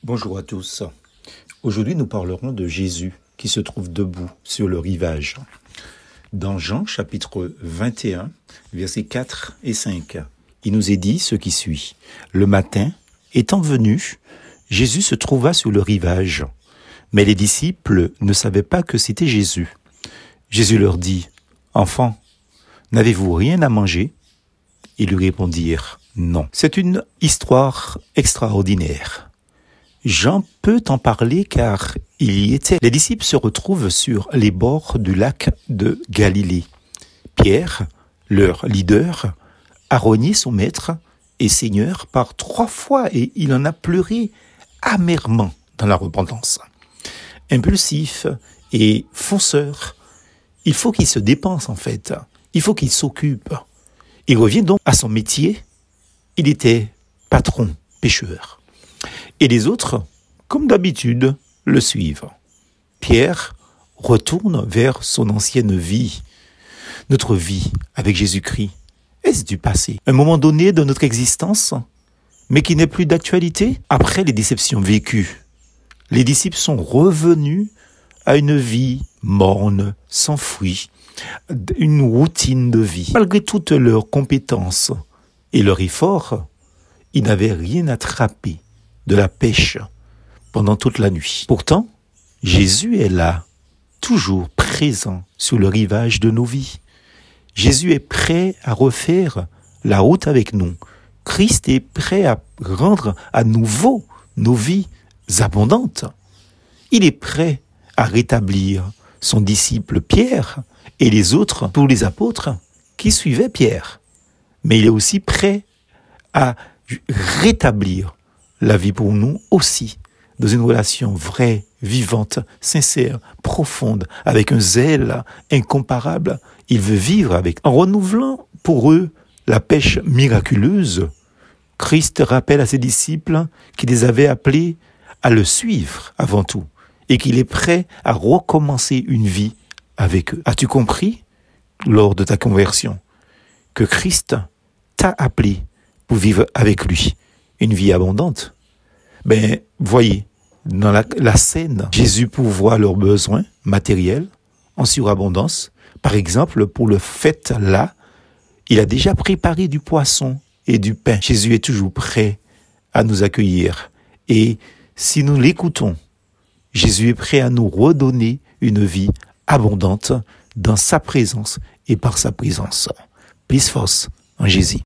Bonjour à tous. Aujourd'hui, nous parlerons de Jésus qui se trouve debout sur le rivage. Dans Jean chapitre 21, versets 4 et 5, il nous est dit ce qui suit. Le matin, étant venu, Jésus se trouva sur le rivage, mais les disciples ne savaient pas que c'était Jésus. Jésus leur dit, « Enfants, n'avez-vous rien à manger ?» Ils lui répondirent, « Non. » C'est une histoire extraordinaire. Jean peut en parler car il y était. Les disciples se retrouvent sur les bords du lac de Galilée. Pierre, leur leader, a renié son maître et Seigneur par 3 fois et il en a pleuré amèrement dans la repentance. Impulsif et fonceur, il faut qu'il se dépense en fait. Il faut qu'il s'occupe. Il revient donc à son métier. Il était patron, pêcheur. Et les autres, comme d'habitude, le suivent. Pierre retourne vers son ancienne vie. Notre vie avec Jésus-Christ, est-ce du passé? Un moment donné de notre existence, mais qui n'est plus d'actualité? Après les déceptions vécues, les disciples sont revenus à une vie morne, sans fruit, une routine de vie. Malgré toutes leurs compétences et leur effort, ils n'avaient rien attrapé de la pêche pendant toute la nuit. Pourtant, Jésus est là, toujours présent sur le rivage de nos vies. Jésus est prêt à refaire la route avec nous. Christ est prêt à rendre à nouveau nos vies abondantes. Il est prêt à rétablir son disciple Pierre et les autres pour les apôtres qui suivaient Pierre. Mais il est aussi prêt à rétablir la vie pour nous aussi, dans une relation vraie, vivante, sincère, profonde, avec un zèle incomparable. Il veut vivre avec. En renouvelant pour eux la pêche miraculeuse, Christ rappelle à ses disciples qu'il les avait appelés à le suivre avant tout et qu'il est prêt à recommencer une vie avec eux. As-tu compris, lors de ta conversion, que Christ t'a appelé pour vivre avec lui une vie abondante? Voyez, dans la scène, Jésus pourvoit leurs besoins matériels en surabondance. Par exemple, pour le fête là, il a déjà préparé du poisson et du pain. Jésus est toujours prêt à nous accueillir. Et si nous l'écoutons, Jésus est prêt à nous redonner une vie abondante dans sa présence et par sa présence. Plus force en Jésus.